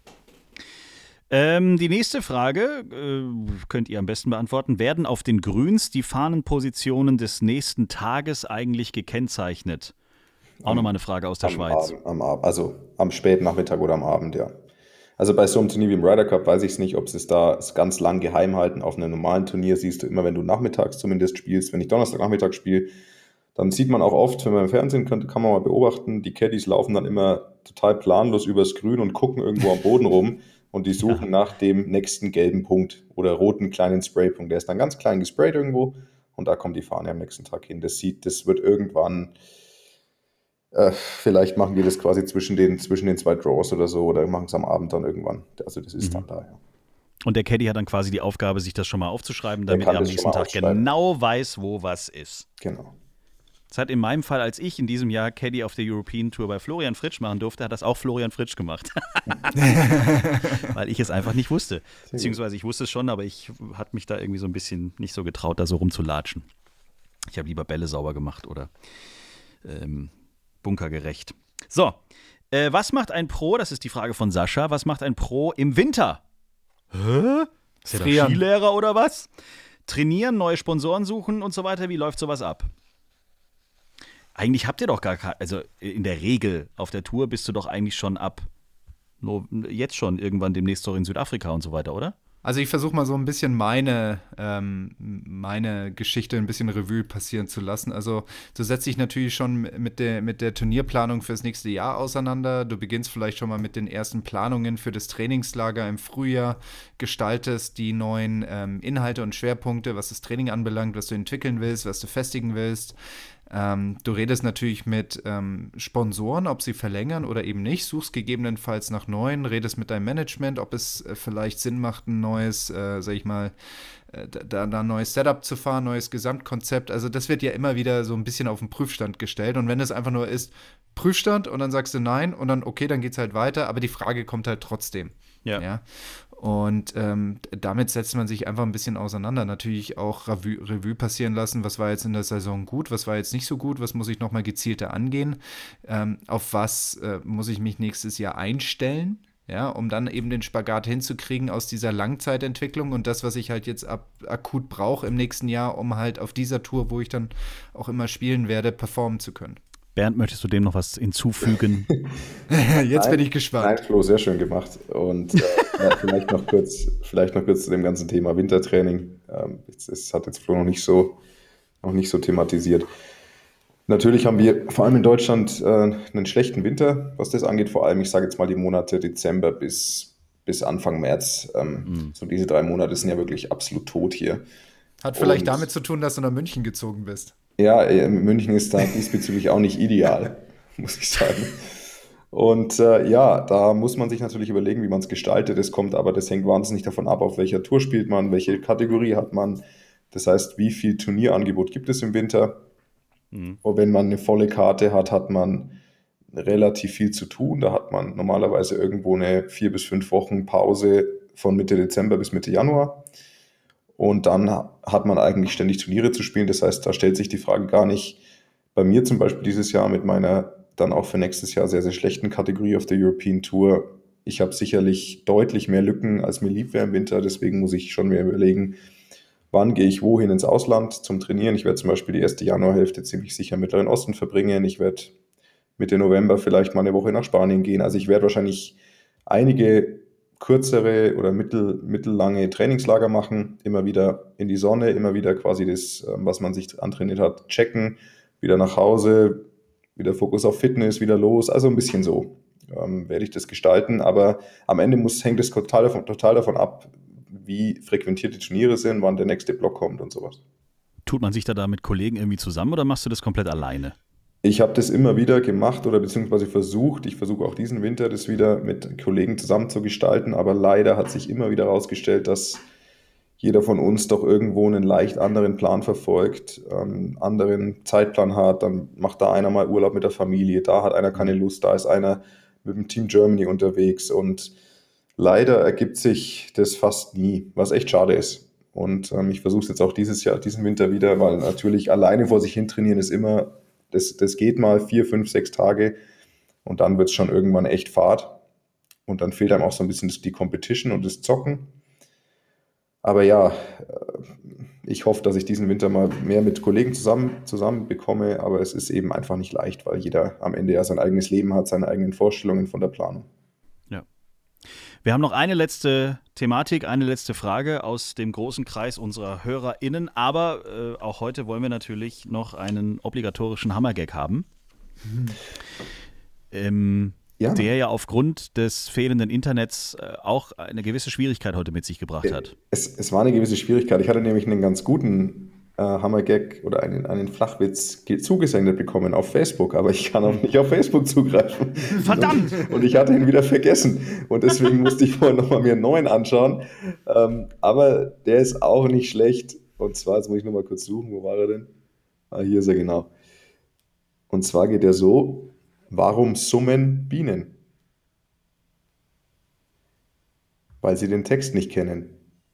Die nächste Frage könnt ihr am besten beantworten. Werden auf den Grüns die Fahnenpositionen des nächsten Tages eigentlich gekennzeichnet? Auch nochmal eine Frage aus der Schweiz. Also am späten Nachmittag oder am Abend, ja. Also bei so einem Turnier wie im Ryder Cup weiß ich es nicht, ob sie es da ganz lang geheim halten. Auf einem normalen Turnier siehst du immer, wenn du nachmittags zumindest spielst. Wenn ich Donnerstagnachmittag spiele, dann sieht man auch oft, wenn man im Fernsehen kann man mal beobachten, die Caddies laufen dann immer total planlos übers Grün und gucken irgendwo am Boden rum. Und die suchen nach dem nächsten gelben Punkt oder roten kleinen Spraypunkt. Der ist dann ganz klein gesprayt irgendwo und da kommt die Fahne am nächsten Tag hin. Das wird irgendwann, vielleicht machen die das quasi zwischen den zwei Draws oder so oder machen es am Abend dann irgendwann. Also das ist dann da, ja. Und der Caddy hat dann quasi die Aufgabe, sich das schon mal aufzuschreiben, damit er am nächsten Tag genau weiß, wo was ist. Genau. Das hat in meinem Fall, als ich in diesem Jahr Caddy auf der European Tour bei Florian Fritsch machen durfte, hat das auch Florian Fritsch gemacht. Weil ich es einfach nicht wusste. Beziehungsweise ich wusste es schon, aber ich hatte mich da irgendwie so ein bisschen nicht so getraut, da so rumzulatschen. Ich habe lieber Bälle sauber gemacht oder bunkergerecht. So, was macht ein Pro, das ist die Frage von Sascha, was macht ein Pro im Winter? Hä? Ist er der Skilehrer oder was? Trainieren, neue Sponsoren suchen und so weiter, wie läuft sowas ab? Eigentlich habt ihr doch gar keine, also in der Regel auf der Tour bist du doch eigentlich schon jetzt schon irgendwann demnächst doch in Südafrika und so weiter, oder? Also ich versuche mal so ein bisschen meine Geschichte ein bisschen Revue passieren zu lassen. Also du setzt dich natürlich schon mit der Turnierplanung fürs nächste Jahr auseinander. Du beginnst vielleicht schon mal mit den ersten Planungen für das Trainingslager im Frühjahr, gestaltest die neuen Inhalte und Schwerpunkte, was das Training anbelangt, was du entwickeln willst, was du festigen willst. Du redest natürlich mit Sponsoren, ob sie verlängern oder eben nicht, suchst gegebenenfalls nach neuen, redest mit deinem Management, ob es vielleicht Sinn macht, ein neues, da ein neues Setup zu fahren, neues Gesamtkonzept. Also das wird ja immer wieder so ein bisschen auf den Prüfstand gestellt. Und wenn es einfach nur ist, Prüfstand und dann sagst du nein und dann okay, dann geht's halt weiter, aber die Frage kommt halt trotzdem. Ja? Und damit setzt man sich einfach ein bisschen auseinander. Natürlich auch Revue passieren lassen, was war jetzt in der Saison gut, was war jetzt nicht so gut, was muss ich nochmal gezielter angehen, auf was muss ich mich nächstes Jahr einstellen, ja, um dann eben den Spagat hinzukriegen aus dieser Langzeitentwicklung und das, was ich halt jetzt akut brauche im nächsten Jahr, um halt auf dieser Tour, wo ich dann auch immer spielen werde, performen zu können. Bernd, möchtest du dem noch was hinzufügen? Jetzt bin ich gespannt. Nein, Flo, sehr schön gemacht. Und vielleicht noch kurz zu dem ganzen Thema Wintertraining. Das hat jetzt Flo noch nicht so thematisiert. Natürlich haben wir vor allem in Deutschland einen schlechten Winter, was das angeht. Vor allem, ich sage jetzt mal die Monate Dezember bis Anfang März. So diese 3 Monate sind ja wirklich absolut tot hier. Hat vielleicht damit zu tun, dass du nach München gezogen bist. Ja, München ist da diesbezüglich auch nicht ideal, muss ich sagen. Und ja, da muss man sich natürlich überlegen, wie man es gestaltet. Das hängt wahnsinnig davon ab, auf welcher Tour spielt man, welche Kategorie hat man. Das heißt, wie viel Turnierangebot gibt es im Winter? Und wenn man eine volle Karte hat, hat man relativ viel zu tun. Da hat man normalerweise irgendwo eine 4 bis 5 Wochen Pause von Mitte Dezember bis Mitte Januar. Und dann hat man eigentlich ständig Turniere zu spielen. Das heißt, da stellt sich die Frage gar nicht. Bei mir zum Beispiel dieses Jahr mit meiner dann auch für nächstes Jahr sehr, sehr schlechten Kategorie auf der European Tour. Ich habe sicherlich deutlich mehr Lücken, als mir lieb wäre im Winter. Deswegen muss ich schon mehr überlegen, wann gehe ich wohin ins Ausland zum Trainieren. Ich werde zum Beispiel die erste Januarhälfte ziemlich sicher im Mittleren Osten verbringen. Ich werde Mitte November vielleicht mal eine Woche nach Spanien gehen. Also ich werde wahrscheinlich einige kürzere oder mittellange Trainingslager machen, immer wieder in die Sonne, immer wieder quasi das, was man sich antrainiert hat, checken, wieder nach Hause, wieder Fokus auf Fitness, wieder los, also ein bisschen so werde ich das gestalten, aber am Ende hängt es total davon ab, wie frequentiert die Turniere sind, wann der nächste Block kommt und sowas. Tut man sich da mit Kollegen irgendwie zusammen oder machst du das komplett alleine? Ich habe das immer wieder gemacht oder beziehungsweise versucht. Ich versuche auch diesen Winter das wieder mit Kollegen zusammen zu gestalten, aber leider hat sich immer wieder herausgestellt, dass jeder von uns doch irgendwo einen leicht anderen Plan verfolgt, einen anderen Zeitplan hat. Dann macht da einer mal Urlaub mit der Familie, da hat einer keine Lust, da ist einer mit dem Team Germany unterwegs und leider ergibt sich das fast nie, was echt schade ist. Und ich versuche es jetzt auch diesen Winter wieder, weil natürlich alleine vor sich hin trainieren ist immer, das geht mal 4, 5, 6 Tage und dann wird es schon irgendwann echt Fahrt. Und dann fehlt einem auch so ein bisschen die Competition und das Zocken. Aber ja, ich hoffe, dass ich diesen Winter mal mehr mit Kollegen zusammen bekomme, aber es ist eben einfach nicht leicht, weil jeder am Ende ja sein eigenes Leben hat, seine eigenen Vorstellungen von der Planung. Ja. Wir haben noch eine letzte Thematik, eine letzte Frage aus dem großen Kreis unserer HörerInnen, aber auch heute wollen wir natürlich noch einen obligatorischen Hammergag haben. Ja. Der ja aufgrund des fehlenden Internets auch eine gewisse Schwierigkeit heute mit sich gebracht hat. Es war eine gewisse Schwierigkeit. Ich hatte nämlich einen ganz guten Hammergag oder einen Flachwitz zugesendet bekommen auf Facebook, aber ich kann auch nicht auf Facebook zugreifen. Verdammt! Und ich hatte ihn wieder vergessen. Und deswegen musste ich vorhin nochmal mir einen neuen anschauen. Aber der ist auch nicht schlecht. Und zwar, jetzt muss ich nochmal kurz suchen, wo war er denn? Hier ist er genau. Und zwar geht er so: Warum summen Bienen? Weil sie den Text nicht kennen.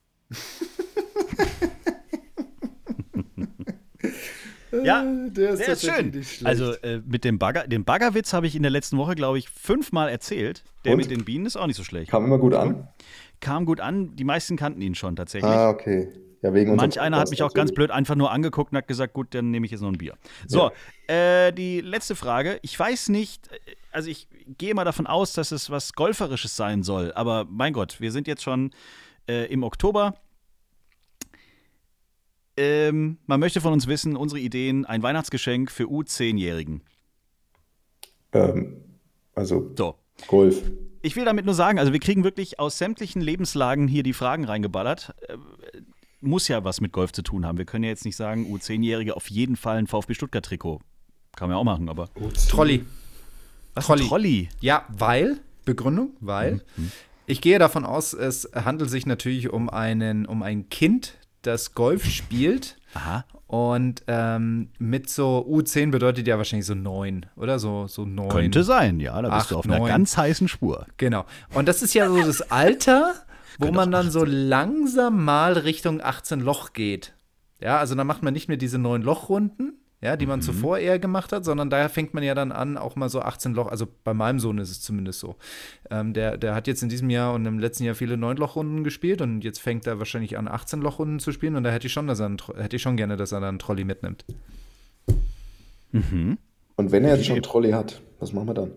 Ja, der ist schön. Also mit dem Baggerwitz habe ich in der letzten Woche, glaube ich, 5-mal erzählt. Der mit den Bienen ist auch nicht so schlecht. Kam immer gut an? Kam gut an. Die meisten kannten ihn schon tatsächlich. Ah, okay. Ja, wegen Manch einer hat mich auch ganz blöd einfach nur angeguckt und hat gesagt, gut, dann nehme ich jetzt noch ein Bier. So, die letzte Frage. Ich weiß nicht, also ich gehe mal davon aus, dass es was Golferisches sein soll. Aber mein Gott, wir sind jetzt schon im Oktober. Man möchte von uns wissen, unsere Ideen, ein Weihnachtsgeschenk für U10-Jährigen. So. Golf. Ich will damit nur sagen, also wir kriegen wirklich aus sämtlichen Lebenslagen hier die Fragen reingeballert. Muss ja was mit Golf zu tun haben. Wir können ja jetzt nicht sagen, U10-Jährige auf jeden Fall ein VfB Stuttgart-Trikot. Kann man ja auch machen, aber... Trolli. Was? Trolli? Ja, Begründung, ich gehe davon aus, es handelt sich natürlich um ein Kind, das Golf spielt. Aha. Und mit so U10 bedeutet ja wahrscheinlich so 9, oder? So 9. Könnte sein, ja. Da bist du auf 9. Einer ganz heißen Spur. Genau. Und das ist ja so das Alter, wo man dann so langsam mal Richtung 18 Loch geht. Ja, also dann macht man nicht mehr diese 9 Lochrunden, ja, die man zuvor eher gemacht hat, sondern daher fängt man ja dann an, auch mal so 18 Loch, also bei meinem Sohn ist es zumindest so. Der hat jetzt in diesem Jahr und im letzten Jahr viele 9-Loch-Runden gespielt und jetzt fängt er wahrscheinlich an, 18 Lochrunden zu spielen und da hätte ich schon gerne, dass er dann einen Trolley mitnimmt. Und wenn er jetzt schon einen Trolley hat, was machen wir dann?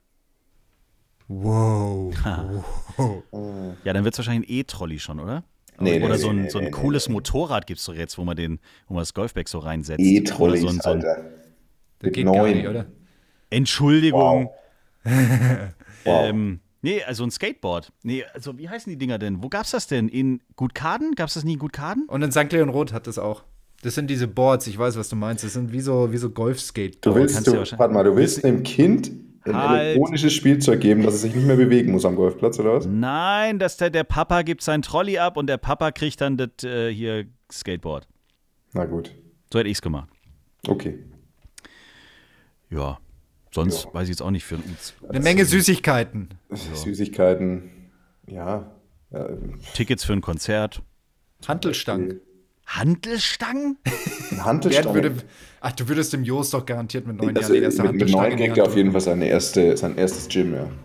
Wow. Ja, dann wird es wahrscheinlich ein E-Trolley schon, oder? Oder so ein cooles Motorrad gibt es doch jetzt, wo man das Golfbag so reinsetzt. E-Trolleys, Alter. Das geht gar nicht, oder? Entschuldigung. Wow. Nee, also ein Skateboard. Nee, also wie heißen die Dinger denn? Wo gab's das denn? In Gutkaden? Gab's das nie in Gutkaden? Und in St. Leon Roth hat das auch. Das sind diese Boards, ich weiß, was du meinst. Das sind wie so Golf-Skateboards. Du willst dem Kind ein Halt. elektronisches Spielzeug geben, dass es sich nicht mehr bewegen muss am Golfplatz, oder was? Nein, der Papa gibt sein Trolley ab und der Papa kriegt dann das hier Skateboard. Na gut. So hätte ich's gemacht. Okay. Ja. Sonst Ja. weiß ich jetzt auch nicht für ein Eine Menge Süßigkeiten. Süßigkeiten, ja. Tickets für ein Konzert. Hantelstangen. Handelsstangen? Eine Bernd Hantelstange. würde, du würdest dem Jost doch garantiert mit 9 Jahren Also die erste mit Hantelstange 9 in die kriegt er Hand auf jeden drücken. Fall sein erstes Gym, ja.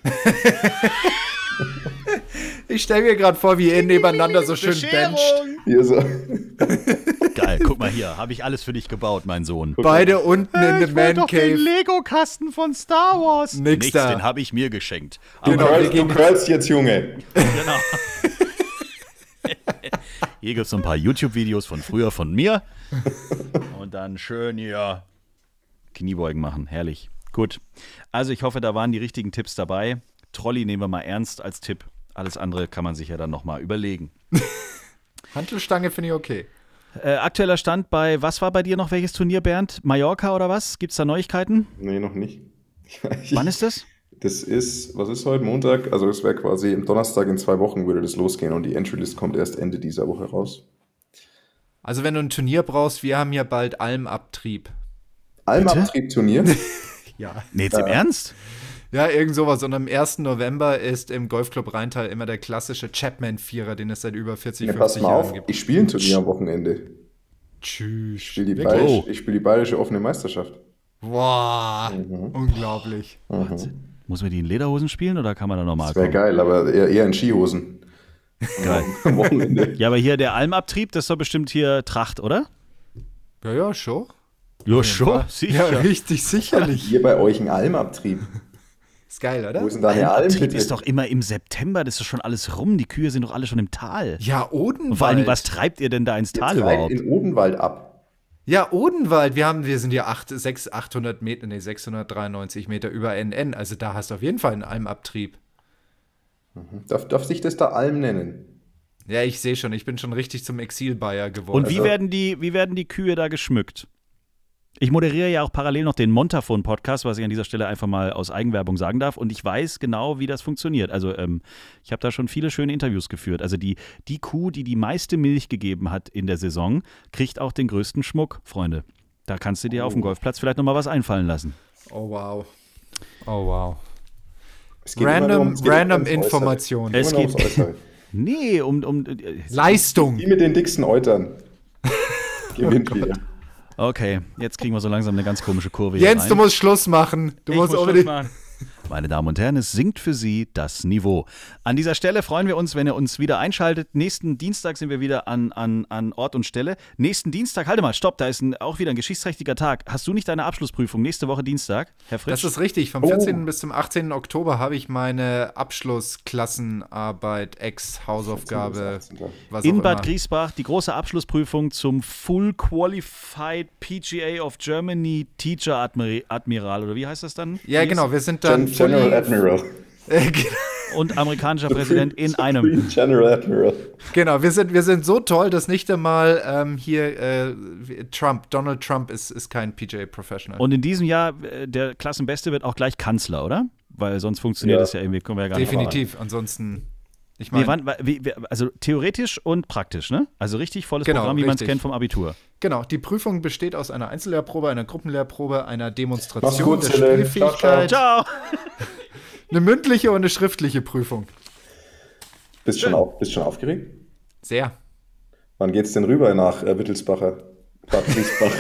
Ich stelle mir gerade vor, wie ihr nebeneinander so schön bencht. Hier so. Geil, guck mal hier. Habe ich alles für dich gebaut, mein Sohn. Beide unten in der Man Cave. Lego-Kasten von Star Wars. Nix Nichts, da. den habe ich mir geschenkt. Genau. Aber Du curlst jetzt, Junge. genau. Hier gibt es so ein paar YouTube-Videos von früher von mir. Und dann schön hier Kniebeugen machen. Herrlich. Gut. Also ich hoffe, da waren die richtigen Tipps dabei. Trolley nehmen wir mal ernst als Tipp. Alles andere kann man sich ja dann nochmal überlegen. Hantelstange finde ich okay. Aktueller Stand was war bei dir noch welches Turnier, Bernd? Mallorca oder was? Gibt es da Neuigkeiten? Nee, noch nicht. Wann ist das? Das ist, was ist heute, Montag? Also es wäre quasi am Donnerstag in 2 Wochen würde das losgehen und die Entry-List kommt erst Ende dieser Woche raus. Also wenn du ein Turnier brauchst, wir haben ja bald Almabtrieb. Almabtrieb-Turnier? Ja. Nee, jetzt im Ernst? Ja, irgend sowas. Und am 1. November ist im Golfclub Rheintal immer der klassische Chapman-Vierer, den es seit über 40, Ja, pass 50 mal Jahren auf, gibt. ich spiele ein Turnier am Wochenende. Tschüss. Ich spiele die, Wirklich? bayerische offene Meisterschaft. Boah, unglaublich. Muss man die in Lederhosen spielen oder kann man da normal Das wäre kommen? geil, aber eher in Skihosen. Geil. Am Wochenende. Ja, aber hier der Almabtrieb, das ist doch bestimmt hier Tracht, oder? Ja, schon. Ja, schon, Ja, sicher. richtig, sicherlich. Hier bei euch ein Almabtrieb. Ist geil, oder? Wo ist denn da eine Alm? Almabtrieb bitte? ist doch immer im September, das ist doch schon alles rum. Die Kühe sind doch alle schon im Tal. Ja, Odenwald. Und vor allen Dingen, was treibt ihr denn da ins Ihr Tal treibt überhaupt? in Odenwald ab. Ja, Odenwald. Wir sind ja 800 Meter, nee, 693 Meter über NN. Also da hast du auf jeden Fall einen Almabtrieb. Darf sich das da Alm nennen? Ja, ich sehe schon, ich bin schon richtig zum Exil-Bayer geworden. Und wie werden die Kühe da geschmückt? Ich moderiere ja auch parallel noch den Montafon-Podcast, was ich an dieser Stelle einfach mal aus Eigenwerbung sagen darf. Und ich weiß genau, wie das funktioniert. Also ich habe da schon viele schöne Interviews geführt. Also die Kuh, die meiste Milch gegeben hat in der Saison, kriegt auch den größten Schmuck, Freunde. Da kannst du dir auf dem Golfplatz vielleicht noch mal was einfallen lassen. Oh, wow. Oh, wow. Es geht immer nur ums Random Äußere. Information. Es Immer nur geht- ums Äußere. Nee, Leistung. Die mit den dicksten Eutern. Gewinnt wieder. okay, jetzt kriegen wir so langsam eine ganz komische Kurve hier Jens, rein. du musst Schluss machen. Du musst unbedingt. Meine Damen und Herren, es sinkt für Sie das Niveau. An dieser Stelle freuen wir uns, wenn ihr uns wieder einschaltet. Nächsten Dienstag sind wir wieder an Ort und Stelle. Nächsten Dienstag, halte mal, stopp, da ist auch wieder ein geschichtsträchtiger Tag. Hast du nicht deine Abschlussprüfung nächste Woche Dienstag, Herr Fritsch? Das ist richtig. Vom 14. bis zum 18. Oktober habe ich meine Abschlussklassenarbeit, Ex-Hausaufgabe, was in auch Bad immer. Griesbach die große Abschlussprüfung zum Full Qualified PGA of Germany Teacher Admiral, oder wie heißt das dann? Ja, genau. Wir sind dann General Admiral. Und amerikanischer Präsident in einem. General Admiral. Genau, wir sind so toll, dass nicht einmal Donald Trump ist kein PGA-Professional. Und in diesem Jahr, der Klassenbeste wird auch gleich Kanzler, oder? Weil sonst funktioniert Ja. das ja irgendwie, können wir ja gar nicht. Definitiv. Ansonsten, ich Nee, meine, also theoretisch und praktisch, ne? Also richtig volles Genau, Programm, wie man es richtig. kennt vom Abitur. genau, die Prüfung besteht aus einer Einzellehrprobe, einer Gruppenlehrprobe, einer Mach's Demonstration gut, der Zille. Spielfähigkeit, Ciao! eine mündliche und eine schriftliche Prüfung. Bist schon aufgeregt? Sehr. Wann geht's denn rüber nach Wittelsbacher? Bad Griesbach.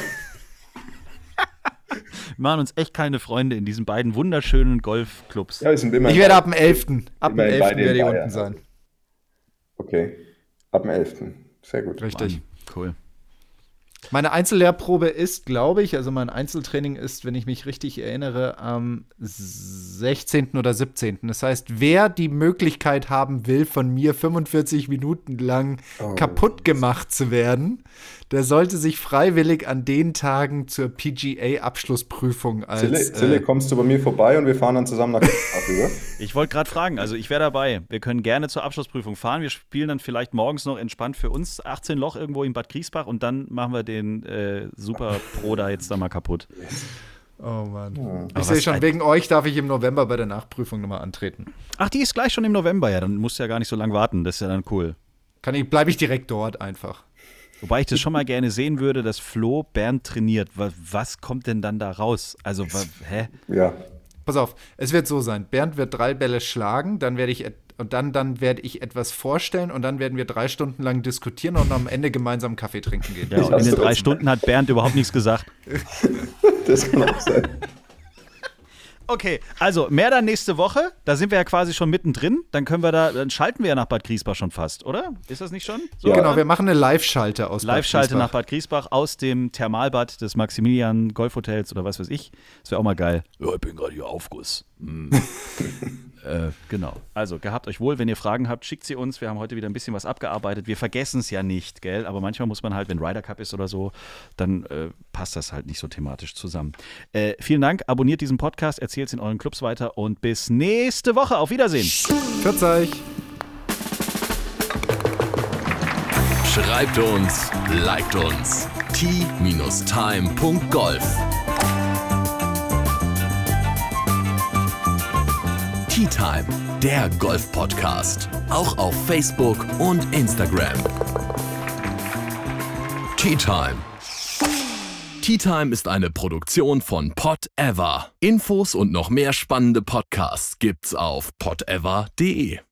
Wir machen uns echt keine Freunde in diesen beiden wunderschönen Golfclubs. Ja, wir sind immer Ich werde ab dem 11. Ab dem Immerhin 11. beide in werde ich Bayern. unten sein. Okay. Ab dem 11. Sehr gut. Richtig. Mann, cool. Meine Einzellehrprobe ist, glaube ich, also mein Einzeltraining ist, wenn ich mich richtig erinnere, am 16. oder 17. Das heißt, wer die Möglichkeit haben will, von mir 45 Minuten lang kaputt gemacht zu werden, der sollte sich freiwillig an den Tagen zur PGA-Abschlussprüfung als Zille, kommst du bei mir vorbei und wir fahren dann zusammen nach Griesbach rüber? Ich wollte gerade fragen, also ich wäre dabei. Wir können gerne zur Abschlussprüfung fahren. Wir spielen dann vielleicht morgens noch entspannt für uns 18 Loch irgendwo in Bad Griesbach und dann machen wir den Super Pro da jetzt da mal kaputt. Oh Mann. Ja. Ich sehe schon, wegen euch darf ich im November bei der Nachprüfung nochmal antreten. Ach, die ist gleich schon im November, ja. Dann musst du ja gar nicht so lange warten. Das ist ja dann cool. Bleibe ich direkt dort einfach. Wobei ich das schon mal gerne sehen würde, dass Flo Bernd trainiert. Was kommt denn dann da raus? Also, hä? Ja. Pass auf, es wird so sein. Bernd wird 3 Bälle schlagen, dann werde ich etwas vorstellen und dann werden wir 3 Stunden lang diskutieren und am Ende gemeinsam Kaffee trinken gehen. Ja, und in den 3 Stunden hat Bernd überhaupt nichts gesagt. Das kann auch sein. Okay, also mehr dann nächste Woche. Da sind wir ja quasi schon mittendrin. Dann schalten wir ja nach Bad Griesbach schon fast, oder? Ist das nicht schon? So, ja. Genau, wir machen eine Live-Schalte aus Live-Schalte nach Bad Griesbach aus dem Thermalbad des Maximilian Golfhotels oder was weiß ich. Das wäre auch mal geil. Ja, ich bin gerade hier Aufguss. Genau. Also, gehabt euch wohl. Wenn ihr Fragen habt, schickt sie uns. Wir haben heute wieder ein bisschen was abgearbeitet. Wir vergessen es ja nicht, gell? Aber manchmal muss man halt, wenn Ryder Cup ist oder so, dann passt das halt nicht so thematisch zusammen. Vielen Dank. Abonniert diesen Podcast, erzählt es in euren Clubs weiter und bis nächste Woche. Auf Wiedersehen. Pfiat euch. Schreibt uns, liked uns. t-time.golf. Tee Time, der Golf-Podcast. Auch auf Facebook und Instagram. Tee Time. Tee Time ist eine Produktion von Pod Ever. Infos und noch mehr spannende Podcasts gibt's auf podever.de.